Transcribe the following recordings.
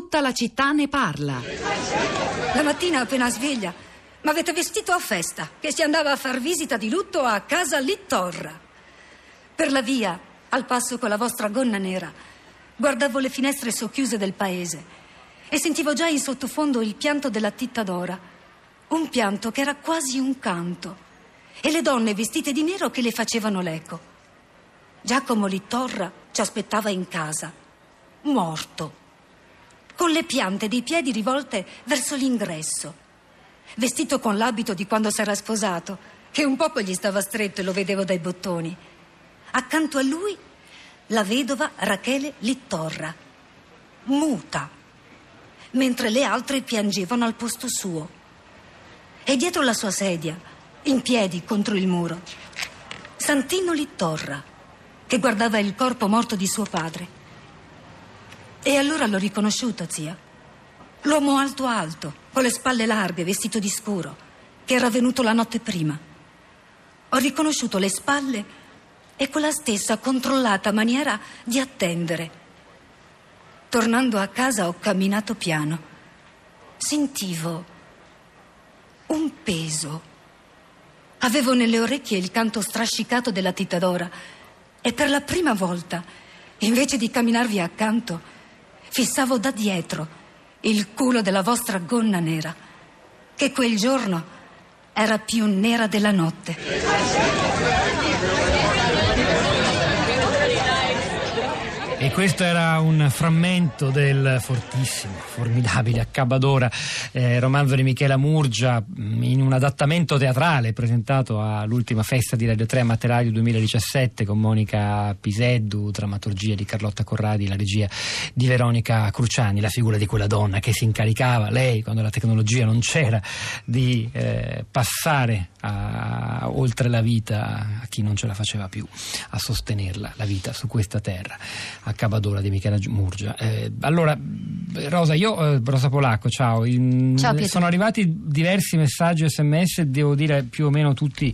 Tutta la città ne parla. La mattina appena sveglia m'avete vestito a festa, che si andava a far visita di lutto a casa Littorra. Per la via, al passo con la vostra gonna nera, guardavo le finestre socchiuse del paese e sentivo già in sottofondo il pianto della Tittadora, un pianto che era quasi un canto, e le donne vestite di nero che le facevano l'eco. Giacomo Littorra ci aspettava in casa, morto, con le piante dei piedi rivolte verso l'ingresso, vestito con l'abito di quando s'era sposato, che un poco gli stava stretto e lo vedevo dai bottoni. Accanto a lui la vedova Rachele Littorra, muta, mentre le altre piangevano al posto suo. E dietro la sua sedia, in piedi contro il muro, Santino Littorra, che guardava il corpo morto di suo padre. E allora l'ho riconosciuto, zia. L'uomo alto alto, con le spalle larghe, vestito di scuro, che era venuto la notte prima. Ho riconosciuto le spalle e quella stessa controllata maniera di attendere. Tornando a casa ho camminato piano. Sentivo un peso. Avevo nelle orecchie il canto strascicato della Tittadora e per la prima volta, invece di camminarvi accanto, fissavo da dietro il culo della vostra gonna nera, che quel giorno era più nera della notte. E questo era un frammento del fortissimo, formidabile Accabadora, romanzo di Michela Murgia, in un adattamento teatrale presentato all'ultima festa di Radio 3 a Materadio 2017 con Monica Piseddu, drammaturgia di Carlotta Corradi, la regia di Veronica Cruciani, la figura di quella donna che si incaricava, lei, quando la tecnologia non c'era, di passare oltre la vita a chi non ce la faceva più, a sostenerla, la vita su questa terra. Accabadora di Michela Murgia. Allora, Rosa Polacco, ciao. Ciao Pietro. Sono arrivati diversi messaggi SMS, devo dire più o meno tutti,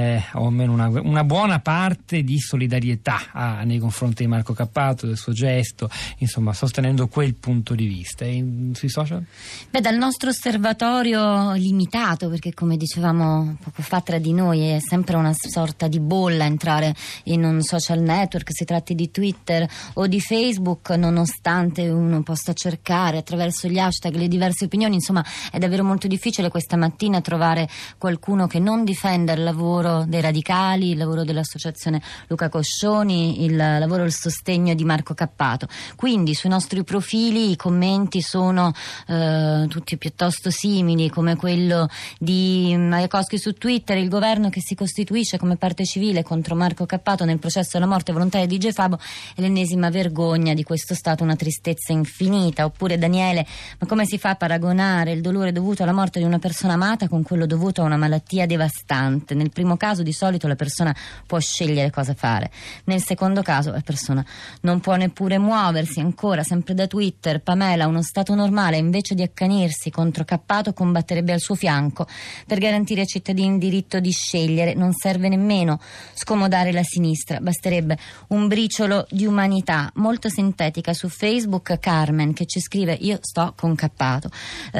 o almeno una buona parte di solidarietà nei confronti di Marco Cappato, del suo gesto, insomma, sostenendo quel punto di vista. Sui social? Dal nostro osservatorio limitato, perché come dicevamo poco fa tra di noi è sempre una sorta di bolla entrare in un social network, si tratti di Twitter o di Facebook, nonostante uno possa cercare attraverso gli hashtag le diverse opinioni, insomma è davvero molto difficile questa mattina trovare qualcuno che non difenda il lavoro dei radicali, il lavoro dell'associazione Luca Coscioni, il lavoro e il sostegno di Marco Cappato. Quindi sui nostri profili i commenti sono tutti piuttosto simili, come quello di Majakowski su Twitter: il governo che si costituisce come parte civile contro Marco Cappato nel processo alla morte volontaria di DJ Fabo è l'ennesima vergogna di questo Stato, una tristezza infinita. Oppure Daniele: ma come si fa a paragonare il dolore dovuto alla morte di una persona amata con quello dovuto a una malattia devastante? Nel primo caso di solito la persona può scegliere cosa fare, nel secondo caso la persona non può neppure muoversi. Ancora sempre da Twitter Pamela: uno Stato normale invece di accanirsi contro Cappato combatterebbe al suo fianco per garantire ai cittadini il diritto di scegliere. Non serve nemmeno scomodare la sinistra, basterebbe un briciolo di umanità. Molto sintetica su Facebook Carmen, che ci scrive: io sto con Cappato.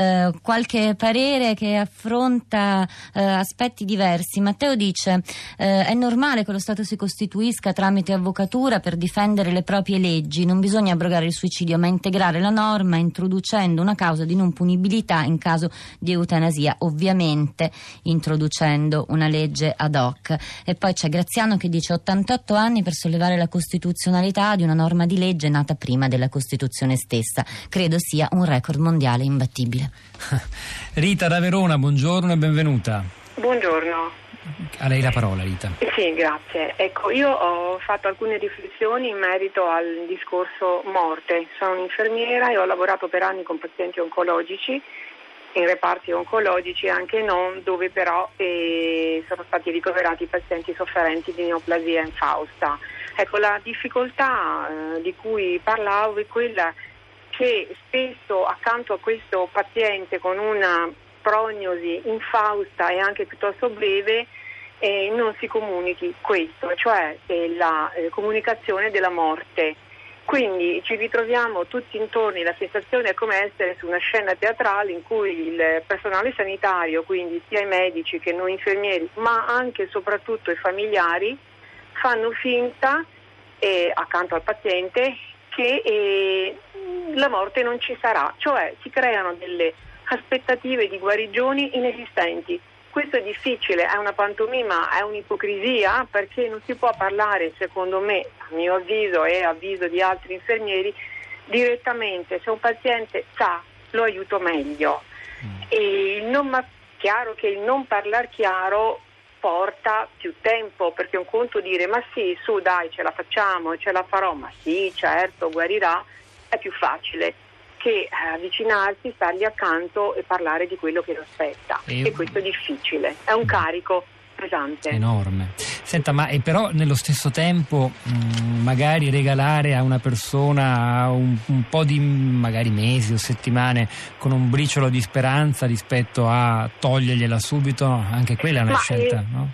Qualche parere che affronta aspetti diversi. Matteo dice: è normale che lo Stato si costituisca tramite avvocatura per difendere le proprie leggi, non bisogna abrogare il suicidio ma integrare la norma introducendo una causa di non punibilità in caso di eutanasia, ovviamente introducendo una legge ad hoc. E poi c'è Graziano che dice: 88 anni per sollevare la costituzionalità di una norma di legge nata prima della Costituzione stessa. Credo sia un record mondiale imbattibile. Rita da Verona, buongiorno e benvenuta. Buongiorno. A lei la parola, Rita. Sì, grazie. Ecco, io ho fatto alcune riflessioni in merito al discorso morte. Sono un'infermiera e ho lavorato per anni con pazienti oncologici, in reparti oncologici anche non, dove però sono stati ricoverati pazienti sofferenti di neoplasia infausta. Ecco, la difficoltà di cui parlavo è quella che spesso accanto a questo paziente con una prognosi infausta e anche piuttosto breve non si comunichi questo, cioè la comunicazione della morte. Quindi ci ritroviamo tutti intorno, la sensazione è come essere su una scena teatrale in cui il personale sanitario, quindi sia i medici che noi infermieri, ma anche e soprattutto i familiari, fanno finta, accanto al paziente, che la morte non ci sarà, cioè si creano delle aspettative di guarigioni inesistenti. Questo è difficile, è una pantomima, è un'ipocrisia, perché non si può parlare, secondo me, a mio avviso e a avviso di altri infermieri, direttamente. Se un paziente sa, lo aiuto meglio. Chiaro che il non parlar chiaro porta più tempo, perché un conto dire ma sì, su dai, ce la facciamo, ce la farò, ma sì, certo, guarirà, è più facile che avvicinarsi, stargli accanto e parlare di quello che lo aspetta. E questo è difficile, è un carico pesante. Enorme. Senta, ma però nello stesso tempo magari regalare a una persona un po' di magari mesi o settimane con un briciolo di speranza rispetto a togliergliela subito, anche quella è una scelta, no?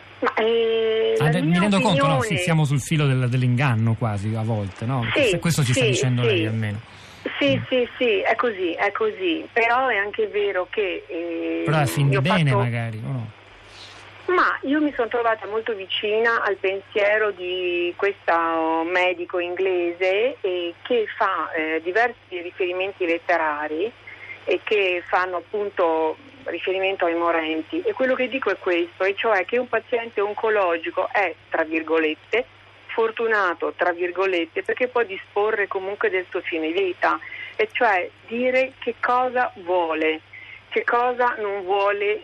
Mi rendo conto, no? Sì, siamo sul filo dell'inganno quasi a volte, no? Sì, questo ci sta dicendo lei almeno. Sì, è così, però è anche vero che... però a fin di bene magari, o no? Ma io mi sono trovata molto vicina al pensiero di questo medico inglese che fa diversi riferimenti letterari e che fanno appunto riferimento ai morenti, e quello che dico è questo, e cioè che un paziente oncologico è, tra virgolette, fortunato, tra virgolette, perché può disporre comunque del suo fine vita, e cioè dire che cosa vuole, che cosa non vuole,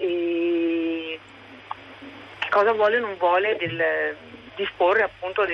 che cosa vuole o non vuole disporre appunto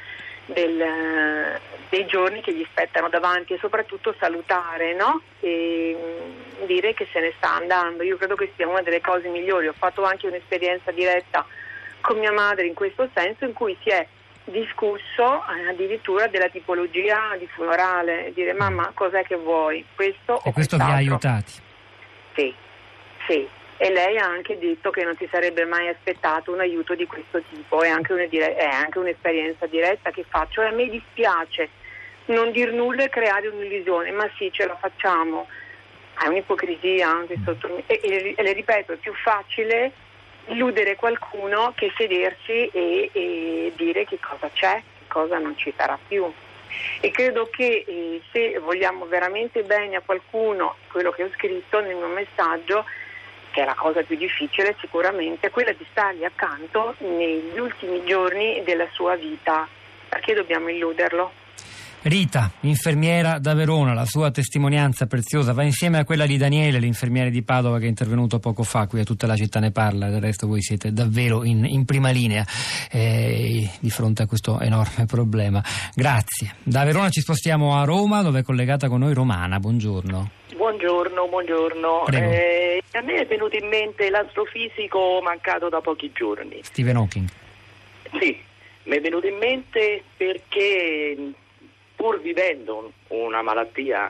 dei giorni che gli spettano davanti, e soprattutto salutare, no? E dire che se ne sta andando. Io credo che sia una delle cose migliori. Ho fatto anche un'esperienza diretta con mia madre in questo senso, in cui si è discusso addirittura della tipologia di funerale, dire mamma cos'è che vuoi, questo e o questo vi ha aiutati? Sì, e lei ha anche detto che non si sarebbe mai aspettato un aiuto di questo tipo, è anche un'esperienza diretta che faccio, e a me dispiace non dir nulla e creare un'illusione, ma sì, ce la facciamo. È un'ipocrisia, e le ripeto, è più facile illudere qualcuno che sedersi e dire che cosa c'è, che cosa non ci sarà più. E credo che se vogliamo veramente bene a qualcuno, quello che ho scritto nel mio messaggio, che è la cosa più difficile sicuramente, è quella di stargli accanto negli ultimi giorni della sua vita. Perché dobbiamo illuderlo? Rita, infermiera da Verona, la sua testimonianza preziosa va insieme a quella di Daniele, l'infermiere di Padova che è intervenuto poco fa, qui a Tutta la città ne parla, del resto voi siete davvero in prima linea di fronte a questo enorme problema. Grazie. Da Verona ci spostiamo a Roma, dove è collegata con noi Romana. Buongiorno. Buongiorno. A me è venuto in mente l'astrofisico mancato da pochi giorni. Stephen Hawking. Sì, mi è venuto in mente perché pur vivendo una malattia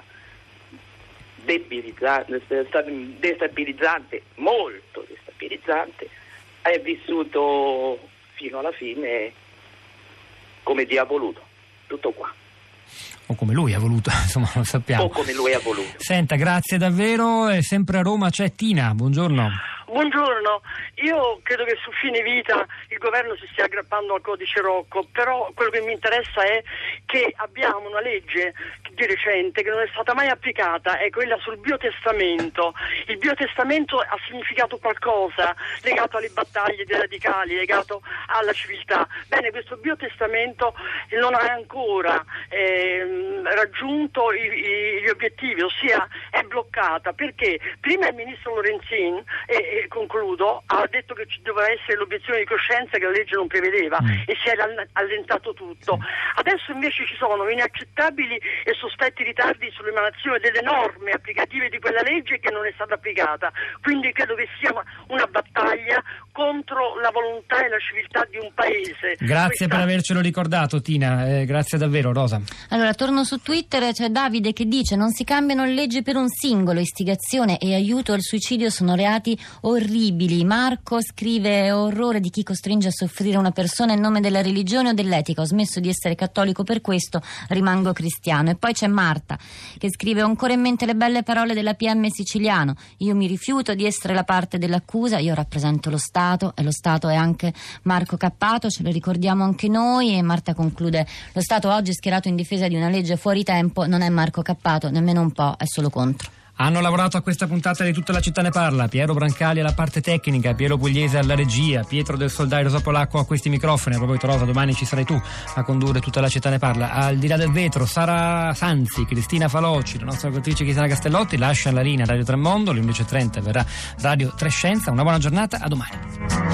destabilizzante, molto destabilizzante, è vissuto fino alla fine come Dio ha voluto, tutto qua. O come lui ha voluto, insomma, lo sappiamo. O come lui ha voluto. Senta, grazie davvero. E sempre a Roma c'è Tina, buongiorno. Buongiorno, io credo che su fine vita il governo si stia aggrappando al codice Rocco, però quello che mi interessa è che abbiamo una legge di recente che non è stata mai applicata, è quella sul biotestamento. Il biotestamento ha significato qualcosa legato alle battaglie dei radicali, legato alla civiltà. Bene, questo biotestamento non ha ancora raggiunto gli obiettivi, ossia è bloccata, perché prima il ministro Lorenzin concludo, ha detto che ci doveva essere l'obiezione di coscienza che la legge non prevedeva e si era allentato tutto. Adesso invece ci sono inaccettabili e sospetti ritardi sull'emanazione delle norme applicative di quella legge che non è stata applicata. Quindi credo che sia una battaglia contro la volontà e la civiltà di un paese. Grazie per avercelo ricordato, Tina, grazie davvero. Rosa. Allora, torno su Twitter, c'è Davide che dice: non si cambiano le leggi per un singolo, istigazione e aiuto al suicidio sono reati orribili. Marco scrive: orrore di chi costringe a soffrire una persona in nome della religione o dell'etica, ho smesso di essere cattolico per questo, rimango cristiano. E poi c'è Marta che scrive: ho ancora in mente le belle parole della PM siciliano, io mi rifiuto di essere la parte dell'accusa, io rappresento lo Stato e lo Stato è anche Marco Cappato, ce lo ricordiamo anche noi. E Marta conclude: lo Stato oggi schierato in difesa di una legge fuori tempo non è Marco Cappato, nemmeno un po', è solo contro. Hanno lavorato a questa puntata di Tutta la città ne parla: Piero Brancali alla parte tecnica, Piero Pugliese alla regia, Pietro del Soldai, Rosa Polacco a questi microfoni. A proposito, Rosa, domani ci sarai tu a condurre Tutta la città ne parla. Al di là del vetro, Sara Sanzi, Cristina Faloci, la nostra conduttrice Cristina Castellotti lascia la linea Radio Tremondo, alle 11.30 verrà Radio Trescenza. Una buona giornata, a domani.